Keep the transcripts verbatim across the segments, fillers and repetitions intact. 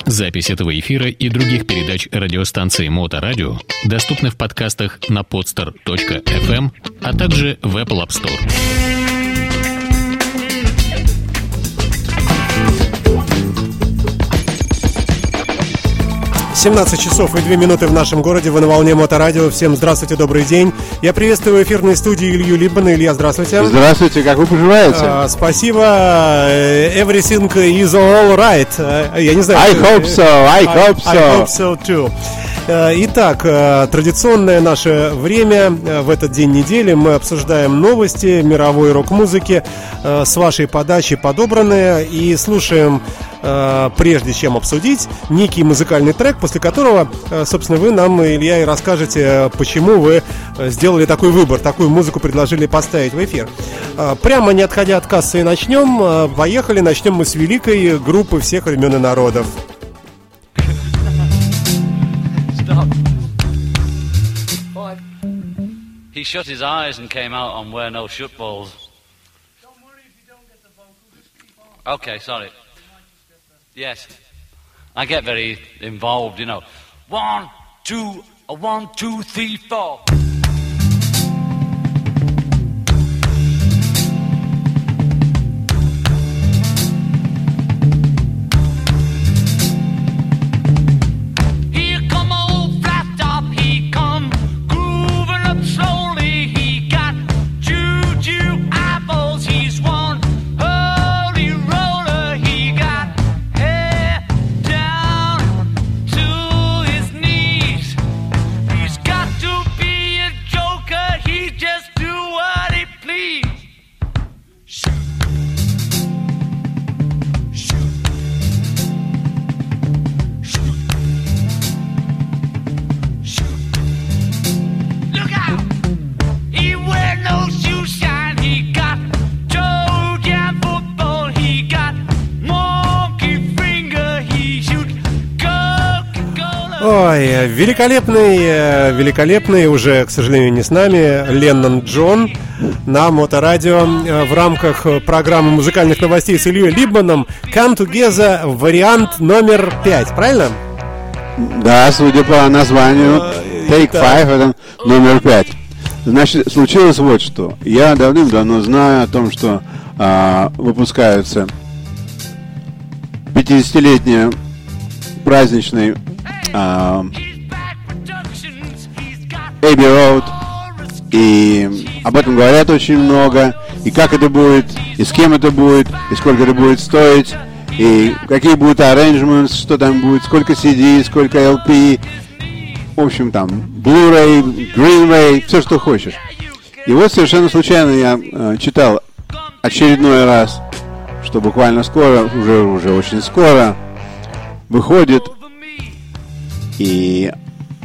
Запись этого эфира и других передач радиостанции Моторадио доступны в подкастах на podster точка эф эм, а также в Apple App Store. семнадцать часов и две минуты в нашем городе. Вы на волне Моторадио. Всем здравствуйте, добрый день. Я приветствую в эфирной студии Илью Либмана. Илья, здравствуйте. Здравствуйте, как вы поживаете? А, спасибо. Everything is all right. Я не знаю. I hope so, I hope so. I hope so too. Итак, традиционное наше время в этот день недели. Мы обсуждаем новости мировой рок-музыки с вашей подачи подобранные и слушаем, прежде чем обсудить, некий музыкальный трек, после которого, собственно, вы нам, Илья, и расскажете, почему вы сделали такой выбор, такую музыку предложили поставить в эфир. Прямо не отходя от кассы и начнем. Поехали, начнем мы с великой группы всех времен и народов. He shut his eyes and came out on Wear No Shut Balls. Don't worry if you don't get the vocals. Just keep on. Okay, sorry. Yes. I get very involved, you know. One, two, a one, two, three, four. Ой, великолепный, великолепный, уже, к сожалению, не с нами, Леннон Джон на Моторадио в рамках программы музыкальных новостей с Ильей Либманом. Come Together, вариант номер пять, правильно? Да, судя по названию, Take Five, это номер пять. Значит, случилось вот что. Я давным-давно знаю о том, что а, выпускаются пятидесятилетний праздничный Эбби Роуд, и об этом говорят очень много, и как это будет, и с кем это будет, и сколько это будет стоить, и какие будут arrangements, что там будет, сколько си ди, сколько эл пи, в общем там Blu-ray, Green-ray, все что хочешь. И вот совершенно случайно я э, читал очередной раз, что буквально скоро, уже, уже очень скоро выходит. И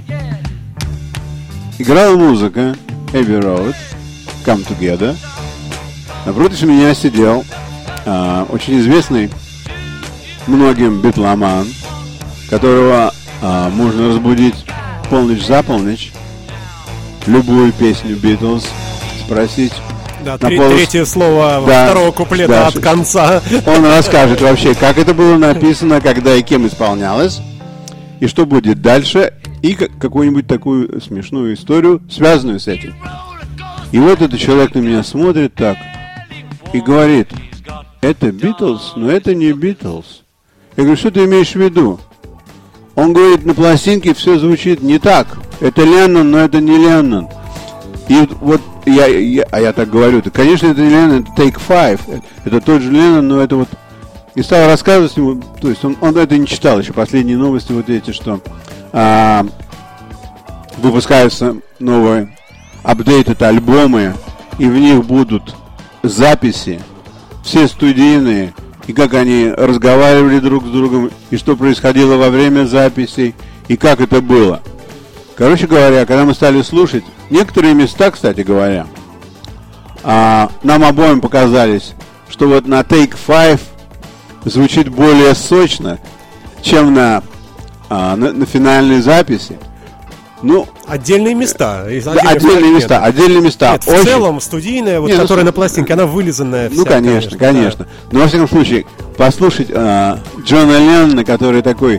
играла музыка Abbey Road, Come Together. Напротив меня сидел а, очень известный многим битломан, которого а, можно разбудить полночь за полночь, любую песню Битлз спросить. Да, три, полос... третье слово да, второго куплета да, от конца. Он расскажет вообще, как это было написано, когда и кем исполнялось. И что будет дальше, и какую-нибудь такую смешную историю, связанную с этим. И вот этот человек на меня смотрит так и говорит: это Битлз, но это не Битлз. Я говорю: что ты имеешь в виду? Он говорит: на пластинке все звучит не так. Это Леннон, но это не Леннон. И вот я, я, а я так говорю: да, конечно, это не Леннон, это Take Five. Это тот же Леннон, но это вот... И стал рассказывать ему, то есть он, он это не читал еще, последние новости вот эти, что а, выпускаются новые апдейты, альбомы, и в них будут записи, все студийные, и как они разговаривали друг с другом, и что происходило во время записей, и как это было. Короче говоря, когда мы стали слушать, некоторые места, кстати говоря, а, нам обоим показались, что вот на Take Five звучит более сочно, чем на, а, на, на финальной записи. Ну, отдельные места. Да, отдельные места, отдельные места. Нет, в целом студийная, вот, Нет, которая ну, на пластинке, она вылизанная. Ну, вся, конечно, конечно. конечно. Да. Но, во всяком случае, послушать а, Джона Леннона, который такой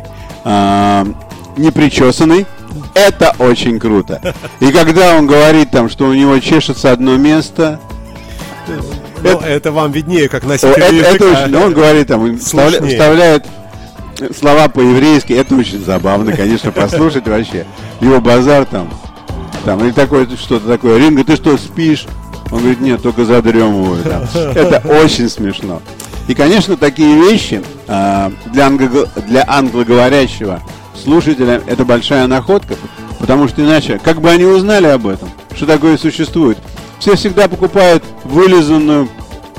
а, непричесанный, это очень круто. И когда он говорит там, что у него чешется одно место, ну, это, это вам виднее, как носитель это, языка. Это очень, он говорит там, вставля, вставляет слова по-еврейски, это очень забавно, конечно, послушать вообще. Его базар там, там или такое, что-то такое. Ринго, ты что, спишь? Он говорит, нет, только задремываю. Там. Это очень смешно. И, конечно, такие вещи а, для, англо- для англоговорящего слушателя это большая находка, потому что иначе, как бы они узнали об этом, что такое существует. Все всегда покупают вылизанную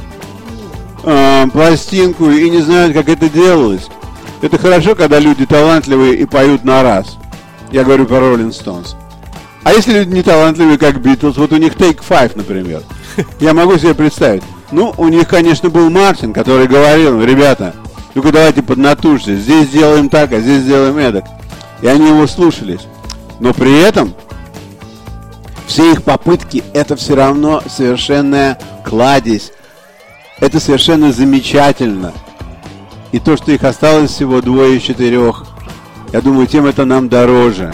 э, пластинку и не знают, как это делалось. Это хорошо, когда люди талантливые и поют на раз. Я говорю про Rolling Stones. А если люди не талантливые, как Beatles, вот у них Take Five, например, я могу себе представить. Ну, у них, конечно, был Мартин, который говорил, ребята, ну-ка давайте поднатужьтесь, здесь сделаем так, а здесь сделаем эдак. И они его слушались. Но при этом все их попытки — это все равно совершенная кладезь. Это совершенно замечательно. И то, что их осталось всего двое из четырех, я думаю, тем это нам дороже.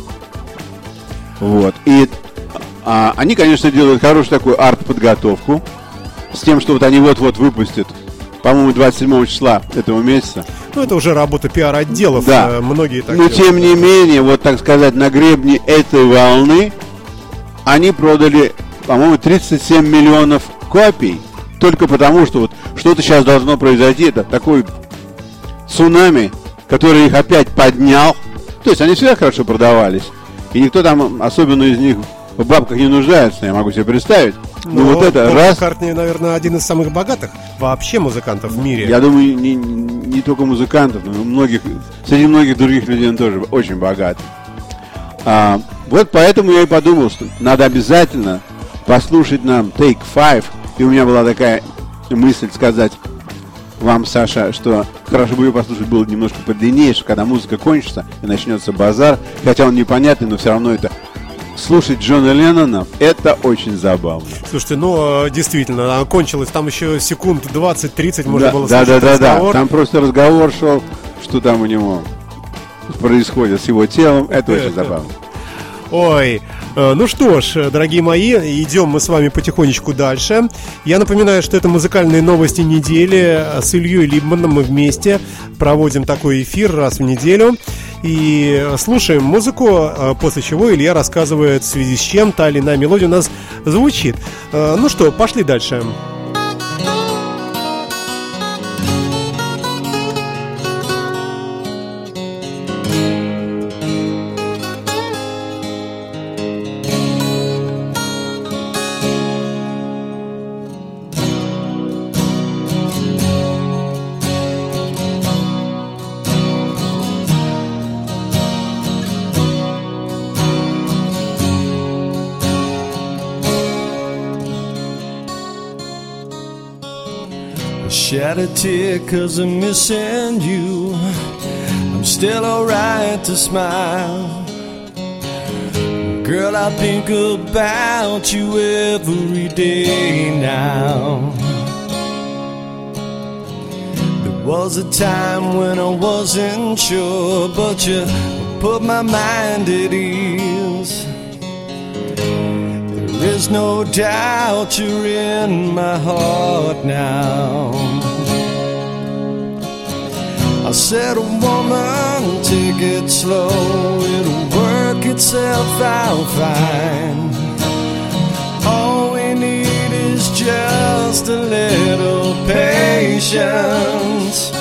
Вот. И а, они, конечно, делают хорошую такую арт-подготовку с тем, что вот они вот-вот выпустят, по-моему, двадцать седьмого числа этого месяца. Ну, это уже работа пиар-отделов. Да. Многие так Но, делают. тем не менее, вот так сказать, на гребне этой волны они продали, по-моему, тридцать семь миллионов копий. Только потому, что вот что-то сейчас должно произойти. Это такой цунами, который их опять поднял. То есть они всегда хорошо продавались. И никто там особенно из них в бабках не нуждается, я могу себе представить. Но, Но вот это Пол раз... Маккартни, наверное, один из самых богатых вообще музыкантов в мире. Я думаю, не, не только музыкантов, но и многих, среди многих других людей он тоже очень богат. А, вот поэтому я и подумал, что надо обязательно послушать нам Take Five. И у меня была такая мысль сказать вам, Саша, что хорошо бы ее послушать было немножко подлиннее, что когда музыка кончится и начнется базар, хотя он непонятный, но все равно это... Слушать Джона Леннона — это очень забавно. Слушайте, ну, действительно, кончилось там еще секунд двадцать-тридцать можно да, было да, слушать да, разговор. да, там просто разговор шел, что там у него происходит с его телом. Это очень забавно. Ой, ну что ж, дорогие мои, идем мы с вами потихонечку дальше. Я напоминаю, что это музыкальные новости недели. С Ильей Либманом мы вместе проводим такой эфир раз в неделю и слушаем музыку, после чего Илья рассказывает, в связи с чем та или иная мелодия у нас звучит. Ну что, пошли дальше. Shed a tear 'cause I'm missing you. I'm still alright to smile. Girl, I think about you every day now. There was a time when I wasn't sure, but you put my mind at ease. There's no doubt you're in my heart now. I said, woman, take it slow, it'll work itself out fine. All we need is just a little patience.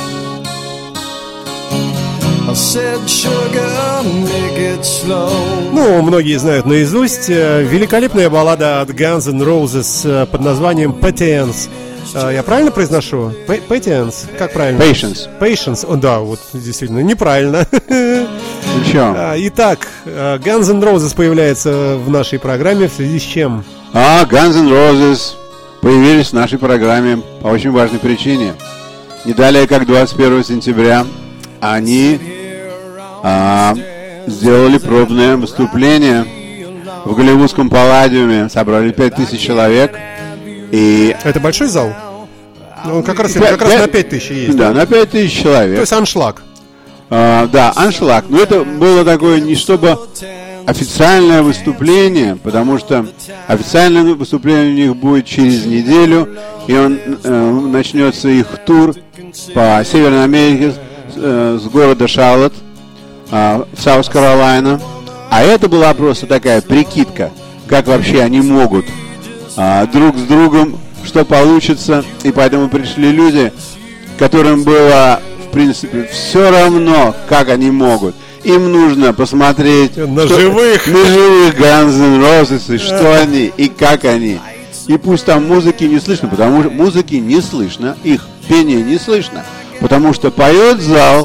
I said, sugar, make it slow. Ну, многие знают наизусть великолепная баллада от Guns N' Roses под названием Patience. Я правильно произношу? Patience? Как правильно? Patience. Patience. О, да, вот действительно, неправильно. Ничего. Итак, Guns N' Roses появляется в нашей программе в связи с чем? А, Guns N' Roses появились в нашей программе по очень важной причине. Не далее, как двадцать первого сентября, они а, сделали пробное выступление в голливудском Палладиуме. Собрали пять тысяч человек. И... Это большой зал? Ну, как раз, пять, как раз пять, на пять тысяч есть. Да, на пять тысяч человек. То есть аншлаг. А, да, аншлаг. Но это было такое не чтобы официальное выступление, потому что официальное выступление у них будет через неделю, и он э, начнется их тур по Северной Америке э, с города Шарлотт э, в Саус-Каролайна. А это была просто такая прикидка, как вообще они могут э, друг с другом, что получится. И поэтому пришли люди, которым было, в принципе, все равно, как они могут. Им нужно посмотреть на что, живых, на живых Guns N' Roses, и что они, и как они. И пусть там музыки не слышно, потому что музыки не слышно, их пение не слышно, потому что поет зал,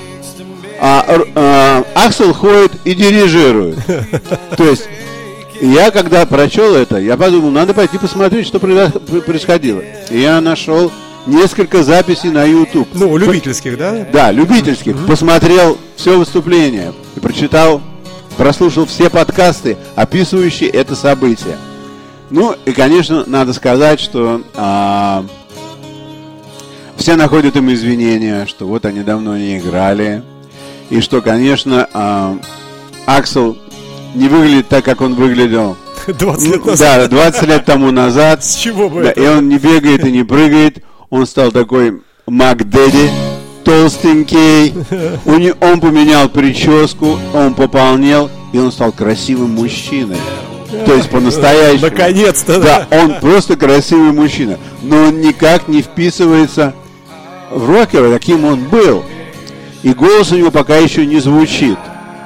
а, а, Аксел ходит и дирижирует. То есть я, когда прочел это, я подумал, надо пойти посмотреть, что происходило. И я нашел несколько записей на YouTube. Ну, любительских, да? Да, любительских. Mm-hmm. Посмотрел все выступление и прочитал, прослушал все подкасты, описывающие это событие. Ну, и, конечно, надо сказать, что а, все находят им извинения, что вот они давно не играли. И что, конечно, а, Аксел не выглядит так, как он выглядел двадцать лет назад. Да, двадцать лет тому назад. С чего бы да, это? И он не бегает и не прыгает. Он стал такой Мак-Дэдди, толстенький. У не, он поменял прическу, он пополнел, и он стал красивым мужчиной. То есть по-настоящему. Наконец-то, да. Да, он просто красивый мужчина. Но он никак не вписывается в рокера, каким он был. И голос у него пока еще не звучит.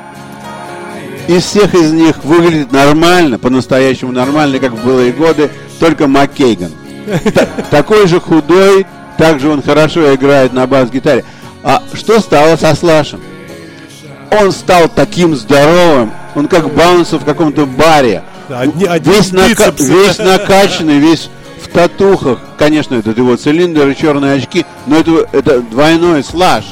Из всех из них выглядит нормально, по-настоящему нормально, как в былые годы, только МакКейган. Такой же худой, также он хорошо играет на бас-гитаре. А что стало со Слашем? Он стал таким здоровым, он как Баунс в каком-то баре. Одни, одни весь, нака- весь накачанный, весь в татухах. Конечно, это его цилиндр и черные очки, но это, это двойной Слаш.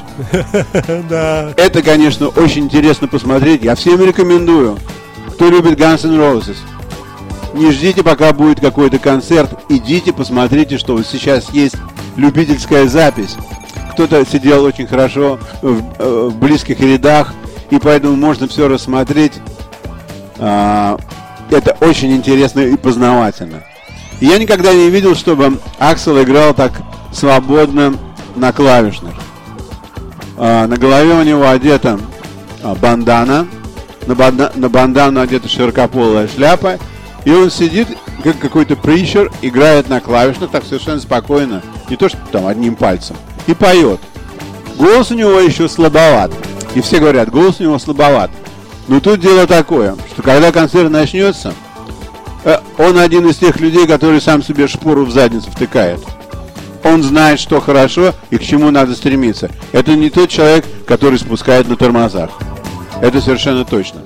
Да. Это, конечно, очень интересно посмотреть. Я всем рекомендую, кто любит Guns N' Roses. Не ждите, пока будет какой-то концерт. Идите, посмотрите, что вот сейчас есть любительская запись. Кто-то сидел очень хорошо в, в близких рядах, и поэтому можно все рассмотреть. А, это очень интересно и познавательно. И я никогда не видел, чтобы Аксел играл так свободно на клавишных. А, на голове у него одета а, бандана. На, банда, на бандану одета широкополая шляпа. И он сидит, как какой-то притчер, играет на клавишных так совершенно спокойно. Не то, что там одним пальцем. И поет. Голос у него еще слабоват. И все говорят, голос у него слабоват. Но тут дело такое, что когда концерт начнется, он один из тех людей, который сам себе шпору в задницу втыкает. Он знает, что хорошо и к чему надо стремиться. Это не тот человек, который спускает на тормозах. Это совершенно точно.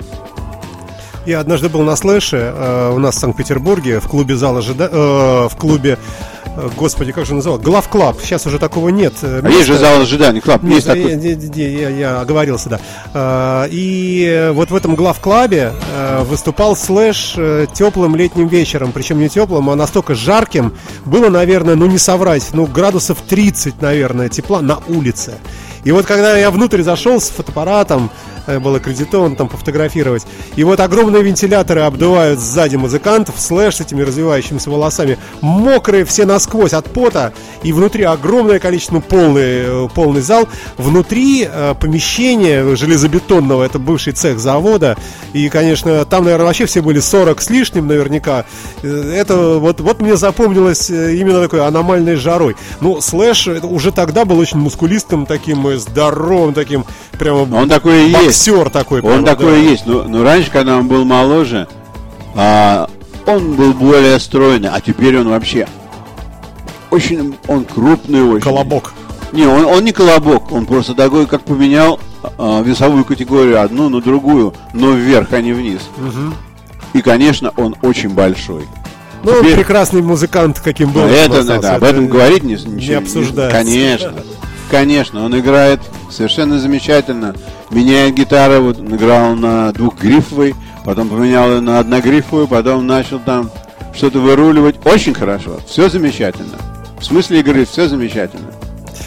Я однажды был на слэше э, у нас в Санкт-Петербурге в клубе зала ожида... э, в клубе, э, господи, как же называл? Глав Клаб. Сейчас уже такого нет. А места... есть же зал ожидания, Клаб. Нет, есть я, такой. я, я, я, я оговорился, да. Э, и вот в этом Глав Клабе э, выступал Слэш э, теплым летним вечером. Причем не теплым, а настолько жарким. Было, наверное, ну не соврать, ну градусов тридцать, наверное, тепла на улице. И вот когда я внутрь зашел с фотоаппаратом, был аккредитован там пофотографировать, и вот огромные вентиляторы обдувают сзади музыкантов, Слэш с этими развивающимися волосами, мокрые все насквозь от пота, и внутри огромное количество, ну, полный, полный зал, внутри э, помещения железобетонного, это бывший цех завода, и, конечно, там, наверное, вообще все были сорок с лишним наверняка. Это вот, вот мне запомнилось именно такой аномальной жарой. Ну, Слэш уже тогда был очень мускулистым таким, здоровым таким, прямо он такой и есть. Боксер такой. Он прямо, такой и да. есть. Но, но раньше, когда он был моложе, а, он был более стройный, а теперь он вообще очень, он крупный очень. Колобок. Не, он, он не колобок, он просто такой, как поменял а, весовую категорию одну на другую, но вверх, а не вниз. Угу. И, конечно, он очень большой. Ну, теперь... прекрасный музыкант, каким был. Это, это, да, об этом говорить не, не ничего, обсуждается. Конечно. Конечно, он играет совершенно замечательно. Меняет гитару, вот играл на двухгрифовой, потом поменял ее на одногрифовую, потом начал там что-то выруливать. Очень хорошо, все замечательно. В смысле игры все замечательно.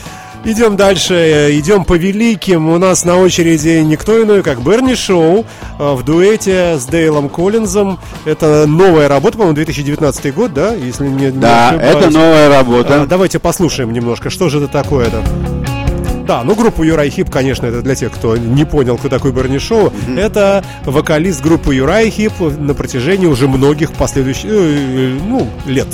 Идем дальше, идем по великим. У нас на очереди никто иной, как Берни Шоу в дуэте с Дейлом Коллинзом. Это новая работа, по-моему, две тысячи девятнадцатый год, да? Если не, да, не это новая работа. А, давайте послушаем немножко, что же это такое-то. Да, ну группу Uriah Heep, конечно, это для тех, кто не понял, кто такой Берни Шоу. Mm-hmm. Это вокалист группы Uriah Heep на протяжении уже многих последующих, э, ну, лет.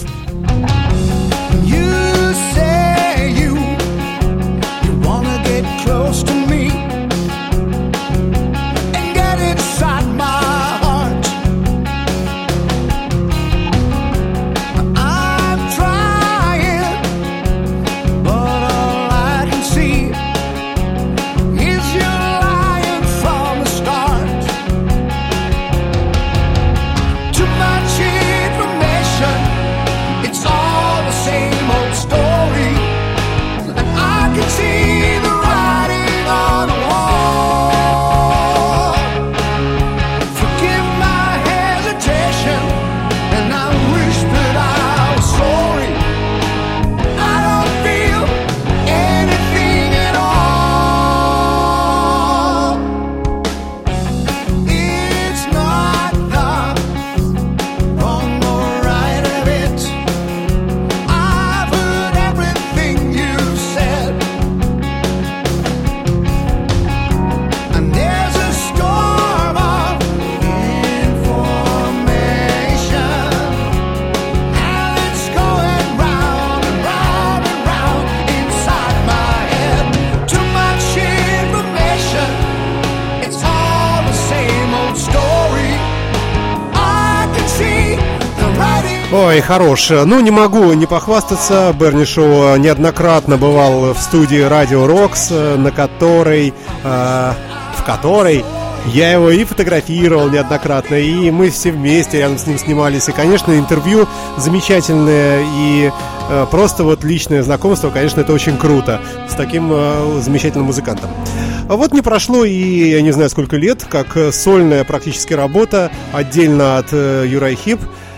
Ой, хорош. Ну, не могу не похвастаться. Берни Шоу неоднократно бывал в студии Радио Рокс, на которой, э, в которой я его и фотографировал неоднократно, и мы все вместе рядом с ним снимались. И, конечно, интервью замечательное, и э, просто вот личное знакомство, конечно, это очень круто с таким э, замечательным музыкантом. А вот не прошло и я не знаю сколько лет, как сольная практически работа отдельно от э, Uriah Heep,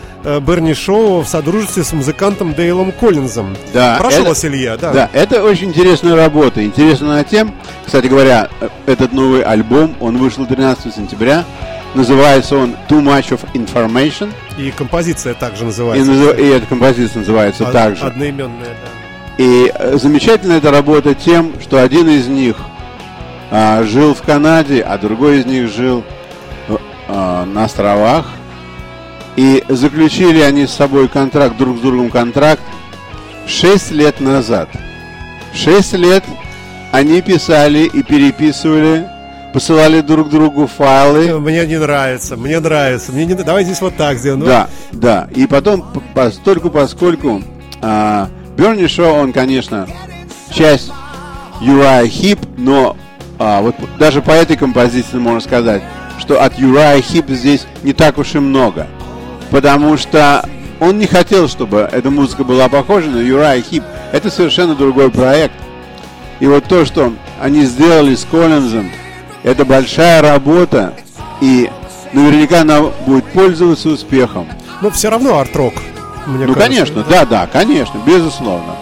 Берни Шоу в содружестве с музыкантом Дейлом Коллинзом. Да, прошу это, вас, Илья. Да. да, это очень интересная работа. Интересна тем, кстати говоря, этот новый альбом, он вышел тринадцатого сентября. Называется он Too Much of Information. И композиция также называется. И, назыв... и эта композиция называется Од... также. Одноименная, да. И замечательна эта работа тем, что один из них а, жил в Канаде, а другой из них жил а, на островах. И заключили они с собой контракт, друг с другом контракт шесть лет назад. Шесть лет они писали и переписывали, посылали друг другу файлы. Мне не нравится, мне нравится. Мне не... Давай здесь вот так сделаем. Да, да. И потом, постольку, поскольку а, Берни Шоу, он, конечно, часть Uriah Heep, но а, вот даже по этой композиции можно сказать, что от Uriah Heep здесь не так уж и много. Потому что он не хотел, чтобы эта музыка была похожа на Uriah Heep. Это совершенно другой проект. И вот то, что они сделали с Коллинзом, это большая работа. И наверняка она будет пользоваться успехом. Но все равно арт-рок, мне ну, кажется. конечно, да, да, конечно, безусловно.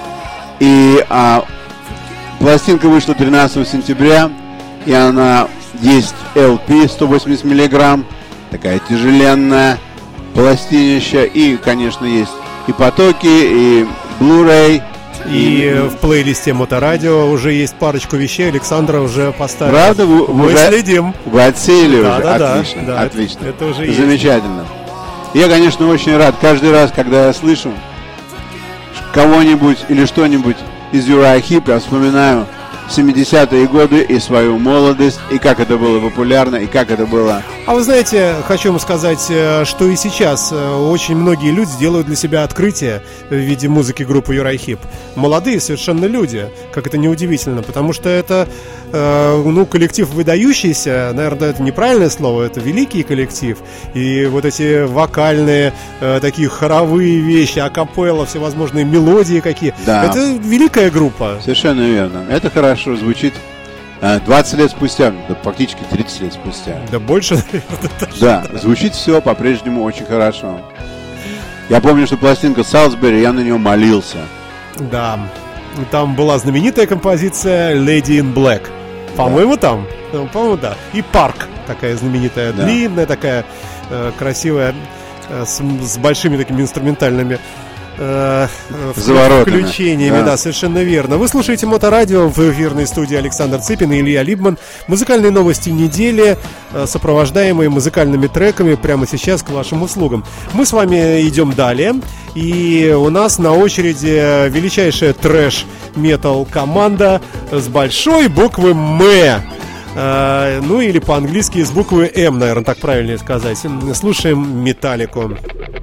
И а, пластинка вышла тринадцатого сентября. И она есть эл пи сто восемьдесят миллиграмм. Такая тяжеленная пластинища, и, конечно, есть и потоки, и Blu-ray. И, и в плейлисте Моторадио уже есть парочку вещей, Александра уже поставил. Правда? Вы, Мы вы следим. Вы отсеяли да, уже? Да, отлично, да, отлично. Это, это уже замечательно. Есть. Я, конечно, очень рад каждый раз, когда я слышу кого-нибудь или что-нибудь из Uriah Heep, я вспоминаю семидесятые годы и свою молодость, и как это было популярно, и как это было. А вы знаете, хочу вам сказать, что и сейчас очень многие люди делают для себя открытие в виде музыки группы Uriah Heep. Молодые совершенно люди, как это неудивительно, потому что это э, ну, коллектив выдающийся, наверное, это неправильное слово, это великий коллектив. И вот эти вокальные, э, такие хоровые вещи, акапелла, всевозможные мелодии какие. Да. Это великая группа. Совершенно верно. Это хорошо звучит. двадцать лет спустя, да, практически тридцать лет спустя. Да больше, наверное. Да, звучит все по-прежнему очень хорошо. Я помню, что пластинка Salisbury, я на нее молился. Да. Там была знаменитая композиция Lady in Black. По-моему, да. там. Ну, по-моему, да. И Парк такая знаменитая, да. длинная такая, э, красивая, э, с, с большими такими инструментальными э, включениями. Да. да, совершенно верно. Вы слушаете Моторадио, в эфирной студии Александр Цыпин и Илья Либман. Музыкальные новости недели, э, сопровождаемые музыкальными треками, прямо сейчас к вашим услугам. Мы с вами идем далее. И у нас на очереди величайшая трэш-метал команда с большой буквы «М». Uh, ну или по-английски с буквы М, наверное, так правильнее сказать. Слушаем Металлику.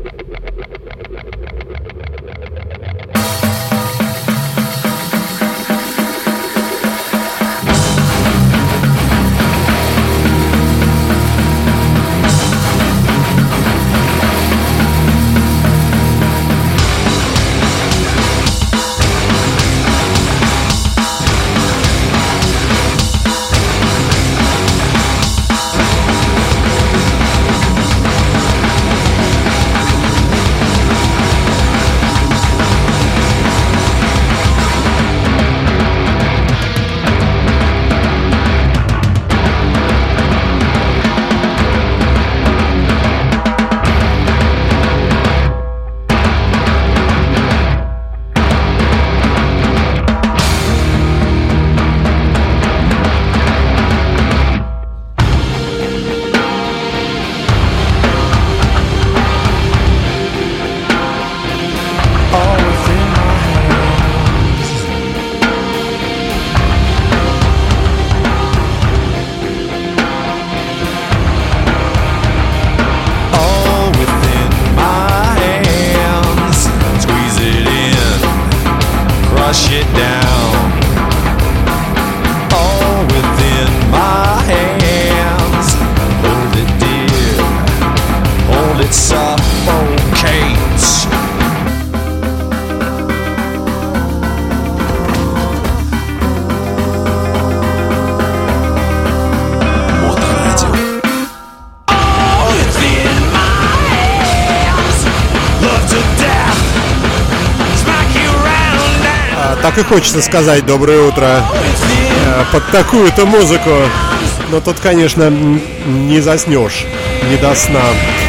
Так и хочется сказать доброе утро под такую-то музыку. Но тут, конечно, не заснешь, не до сна.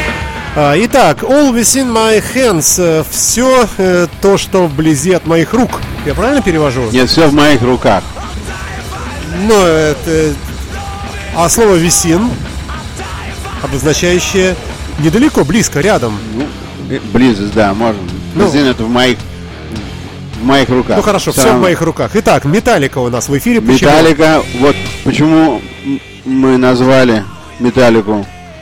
Итак, All Within My Hands. Все то, что вблизи от моих рук. Я правильно перевожу? Нет, все в моих руках. Ну, это... А слово «within», обозначающее недалеко, близко, рядом. Ну, близость, да, можно. Ну, within это в моих... В моих руках. Ну хорошо, все, все в моих руках. Итак, Металлика у нас в эфире. Металлика, вот почему мы назвали Металлику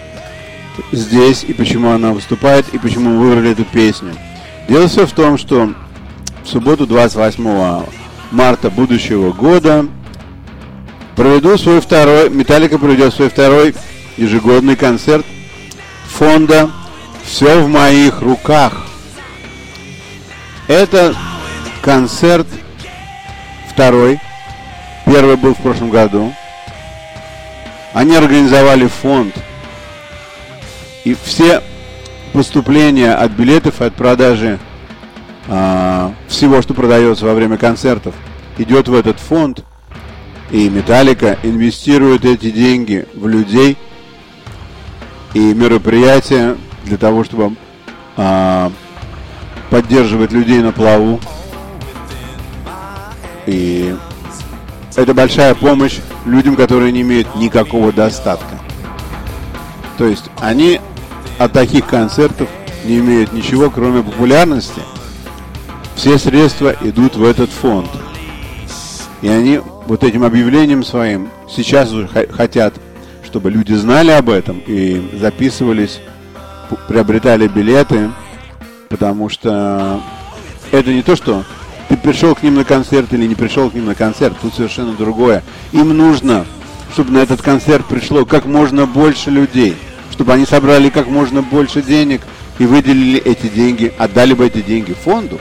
здесь, и почему она выступает, и почему мы выбрали эту песню. Дело все в том, что в субботу двадцать восьмого марта будущего года проведу свой второй, Металлика проведет свой второй ежегодный концерт фонда «Все в моих руках». Это концерт второй. Первый был в прошлом году. Они организовали фонд. И все поступления от билетов и от продажи а, всего, что продается во время концертов, идет в этот фонд. И Металлика инвестирует эти деньги в людей и мероприятия для того, чтобы а, поддерживать людей на плаву. И это большая помощь людям, которые не имеют никакого достатка. То есть они от таких концертов не имеют ничего, кроме популярности. Все средства идут в этот фонд. И они вот этим объявлением своим сейчас уже хотят, чтобы люди знали об этом и записывались, приобретали билеты, потому что это не то, что ты пришел к ним на концерт или не пришел к ним на концерт, тут совершенно другое. Им нужно, чтобы на этот концерт пришло как можно больше людей, чтобы они собрали как можно больше денег и выделили эти деньги, отдали бы эти деньги фонду.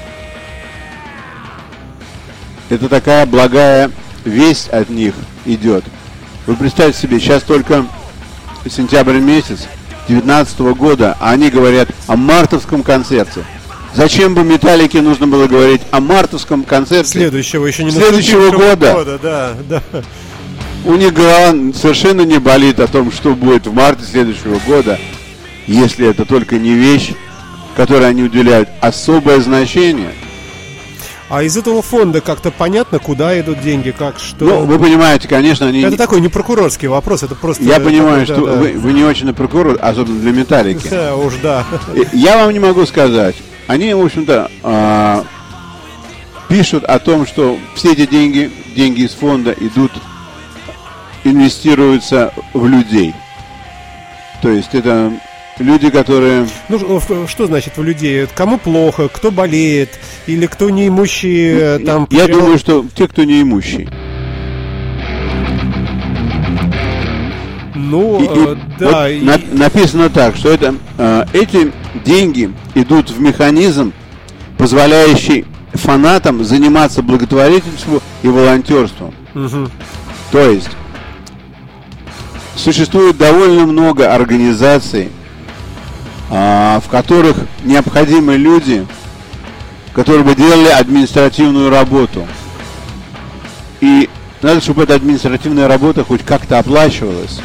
Это такая благая весть от них идет. Вы представьте себе, сейчас только сентябрь месяц две тысячи девятнадцатого года, а они говорят о мартовском концерте. Зачем бы Металлике нужно было говорить о мартовском концерте Следующего еще не следующего года? года да, да. У них голова совершенно не болит о том, что будет в марте следующего года, если это только не вещь, которой они уделяют особое значение. А из этого фонда как-то понятно, куда идут деньги, как, что... Ну, вы понимаете, конечно, они... Это такой не прокурорский вопрос, это просто... Я понимаю, такой, что да, вы, вы не очень прокурор, особенно для Металлики. Да, уж да. Я вам не могу сказать. Они, в общем-то, а, пишут о том, что все эти деньги, деньги из фонда идут, инвестируются в людей. То есть это люди, которые... Ну, что значит в людей? Кому плохо, кто болеет, или кто неимущий, там... Я потерял... думаю, что те, кто неимущий. Ну, И, э, и да. вот и... на, написано так, что это, э, эти деньги идут в механизм, позволяющий фанатам заниматься благотворительством и волонтерством. Угу. То есть существует довольно много организаций, э, в которых необходимы люди, которые бы делали административную работу. И надо, чтобы эта административная работа хоть как-то оплачивалась.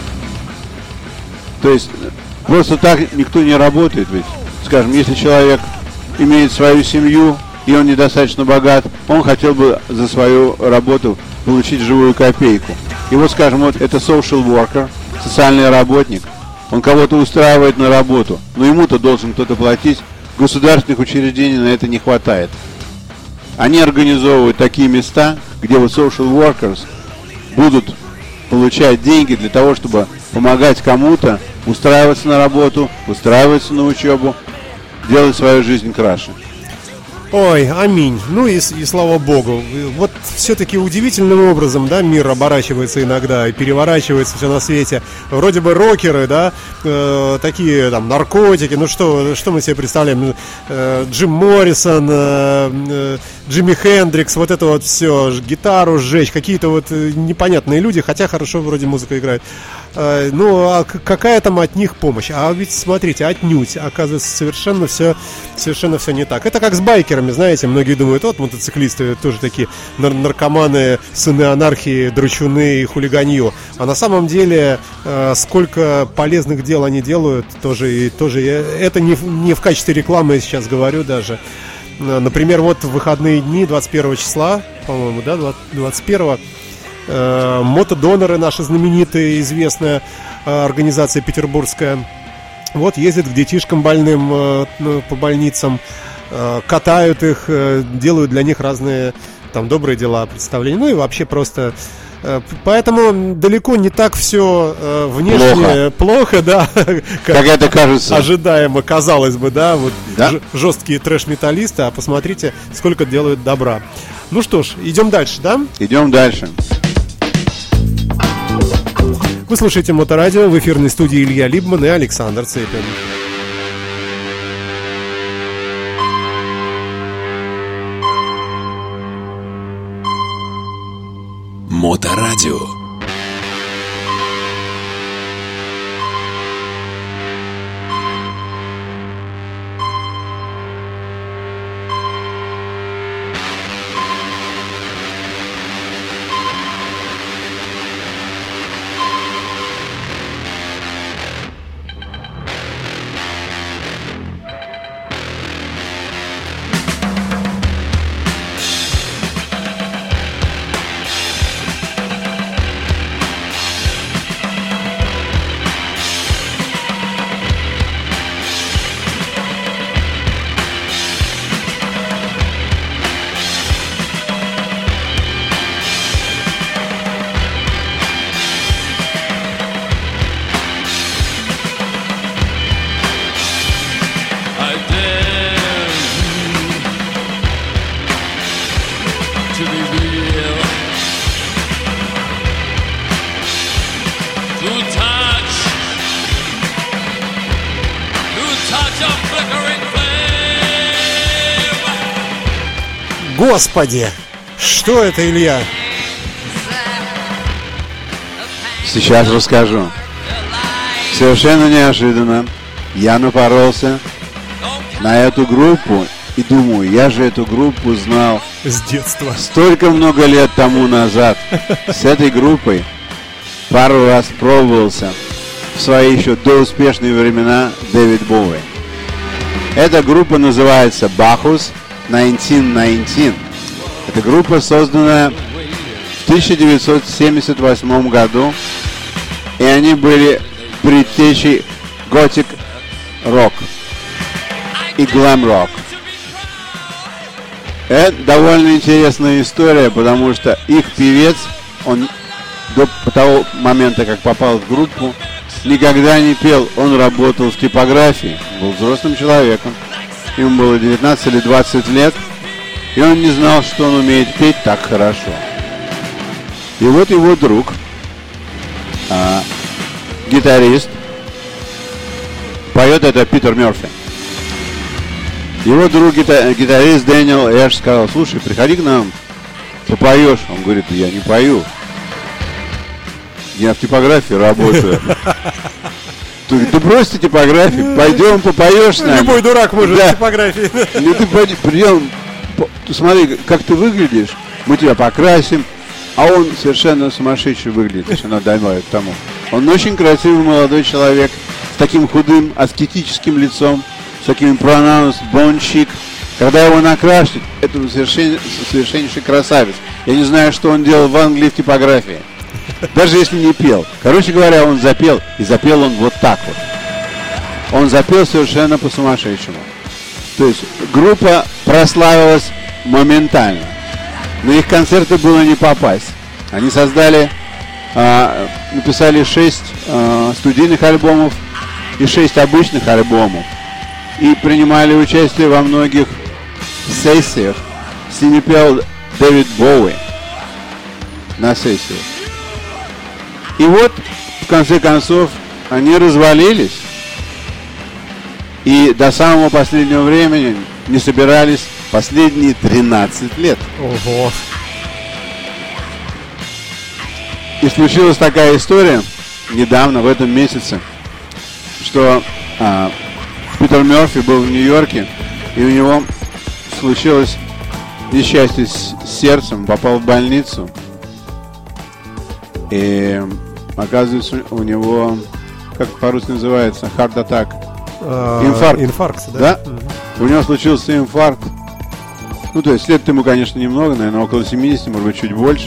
То есть просто так никто не работает ведь. Скажем, если человек имеет свою семью, и он недостаточно богат, он хотел бы за свою работу получить живую копейку. И вот, скажем, вот это social worker, социальный работник, он кого-то устраивает на работу, но ему-то должен кто-то платить, государственных учреждений на это не хватает. Они организовывают такие места, где вот social workers будут получать деньги для того, чтобы помогать кому-то устраиваться на работу, устраиваться на учебу, делать свою жизнь краше. Ой, аминь. Ну и, и слава богу. Вот все-таки удивительным образом, да, мир оборачивается иногда и переворачивается все на свете. Вроде бы рокеры, да, э, такие там наркотики. Ну что, что мы себе представляем? Э, Джим Моррисон, э, э, Джимми Хендрикс, вот это вот все, гитару сжечь, какие-то вот непонятные люди, хотя хорошо вроде музыка играет. Э, ну, а какая там от них помощь? А ведь смотрите, отнюдь, оказывается, совершенно все, совершенно все не так. Это как с байкерами. Знаете, многие думают, вот мотоциклисты тоже такие нар- наркоманы, сыны анархии, драчуны и хулиганье. А на самом деле, э, сколько полезных дел они делают, тоже, и, тоже это не, не в качестве рекламы я сейчас говорю даже. Например, вот в выходные дни двадцать первого числа, по-моему, да, двадцать первого, э, мотодоноры, наша знаменитая, известная э, организация петербургская, вот ездят к детишкам больным э, по больницам, катают их, делают для них разные там добрые дела, представления, ну и вообще просто. Поэтому далеко не так все внешне плохо, плохо да, как, как это кажется. Ожидаемо, казалось бы, да, вот да? Ж- жесткие трэш-металлисты, а посмотрите, сколько делают добра. Ну что ж, идем дальше, да? Идем дальше. Вы слушаете Моторадио, в эфирной студии Илья Либман и Александр Цепин. Моторадио. Господи, что это, Илья? Сейчас расскажу. Совершенно неожиданно я напоролся на эту группу И думаю, я же эту группу знал С детства. столько много лет тому назад. С этой группой пару раз пробовался в свои еще доуспешные времена Дэвид Боуи. Эта группа называется Bacchus тысяча девятьсот девятнадцать. Эта группа создана в тысяча девятьсот семьдесят восьмом году, и они были предтечей готик рок и глэм рок. Это довольно интересная история, потому что их певец, он до того момента, как попал в группу, никогда не пел. Он работал в типографии, был взрослым человеком. Ему было девятнадцать или двадцать лет, и он не знал, что он умеет петь так хорошо. И вот его друг, а, гитарист, поет это Питер Мерфи. Его друг, гита- гитарист Дэниел Эш сказал: слушай, приходи к нам, попоешь. Он говорит: я не пою, я в типографии работаю. Ты, ты бросьте типографию, пойдем попоешь с нами. Любой дурак может Да. в типографии. Ну ты пойди, придем, по- ты смотри, как ты выглядишь, мы тебя покрасим. А он совершенно сумасшедший выглядит, если она добавит к тому. Он очень красивый молодой человек, с таким худым, аскетическим лицом, с таким прононс, бончик. Когда его накрасят, это совершен, совершеннейший красавец. Я не знаю, что он делал в Англии в типографии. Даже если не пел. Короче говоря, он запел, и запел он вот так вот. Он запел совершенно по-сумасшедшему. То есть группа прославилась моментально. На их концерты было не попасть. Они создали, а, написали шесть а, студийных альбомов и шесть обычных альбомов. И принимали участие во многих сессиях. С ними пел Дэвид Боуи на сессиях. И вот, в конце концов, они развалились. И до самого последнего времени не собирались последние тринадцать лет. Ого. И случилась такая история недавно, в этом месяце, что а, Питер Мерфи был в Нью-Йорке, и у него случилось несчастье с сердцем, попал в больницу. И оказывается, у него, как по-русски называется, heart attack. А, Инфаркт. Инфаркт, да? Да? У него случился инфаркт. Ну, то есть лет ему, конечно, немного, наверное, около семидесяти, может быть, чуть больше.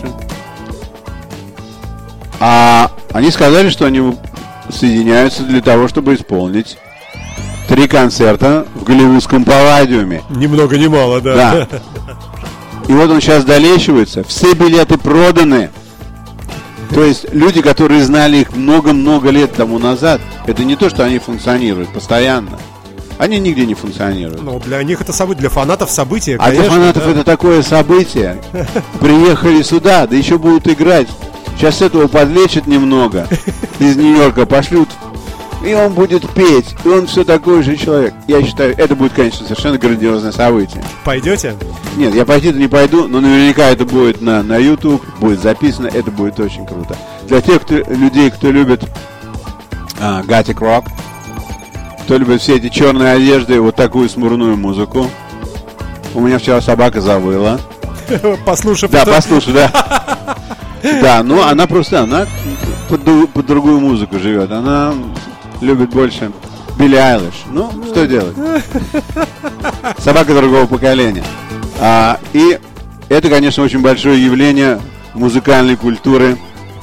А они сказали, что они соединяются для того, чтобы исполнить три концерта в голливудском палладиуме. Ни много ни мало, да. Да. И вот он сейчас долечивается. Все билеты проданы. То есть люди, которые знали их много-много лет тому назад, это не то, что они функционируют постоянно. Они нигде не функционируют. Ну, для них это событие, для фанатов событие, А конечно. для фанатов да. это такое событие. Приехали сюда, да еще будут играть. Сейчас этого подлечат немного из Нью-Йорка, пошлют, и он будет петь, и он все такой же человек. Я считаю, это будет, конечно, совершенно грандиозное событие. Пойдете? Нет, я пойти-то не пойду, но наверняка это будет на, на YouTube, будет записано, это будет очень круто. Для тех кто, людей, кто любит а, готик рок, кто любит все эти черные одежды, вот такую смурную музыку. У меня вчера собака завыла. Послушав Да, это. послушай, да. Да, ну она просто, она под, ду- под другую музыку живет. Она любит больше Билли Айлиш. Ну, что делать? Собака другого поколения. А, и это, конечно, очень большое явление музыкальной культуры.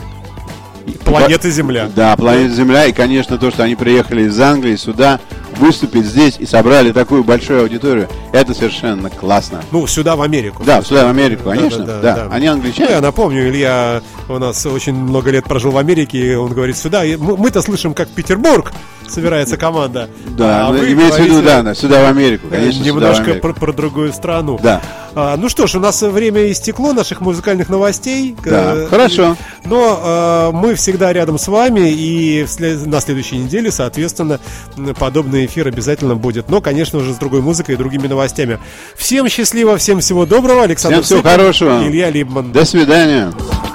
Планеты Земля. Да, планета Земля. И, конечно, то, что они приехали из Англии сюда, выступить здесь и собрали такую большую аудиторию, это совершенно классно. Ну, сюда, в Америку. Да, сюда, в Америку, Да, конечно. да, Да, да, да. они Ну, англичане. я напомню, Илья у нас очень много лет прожил в Америке, и он говорит сюда. И мы- мы-то слышим, как Петербург собирается команда. Да, А ну, вы имеется в виду, говорите, да, да, сюда в Америку, э, конечно, сюда в немножко Америку. про, про другую страну. Да. А, ну что ж, у нас время истекло, наших музыкальных новостей. Да, Э, хорошо. Но э, мы всегда рядом с вами, и в след- на следующей неделе, соответственно, м, подобный эфир обязательно будет. Но, конечно же, с другой музыкой и другими новостями. Всем счастливо, всем всего доброго. Александр Всем всего Цыпин, хорошего. Илья Либман. До свидания.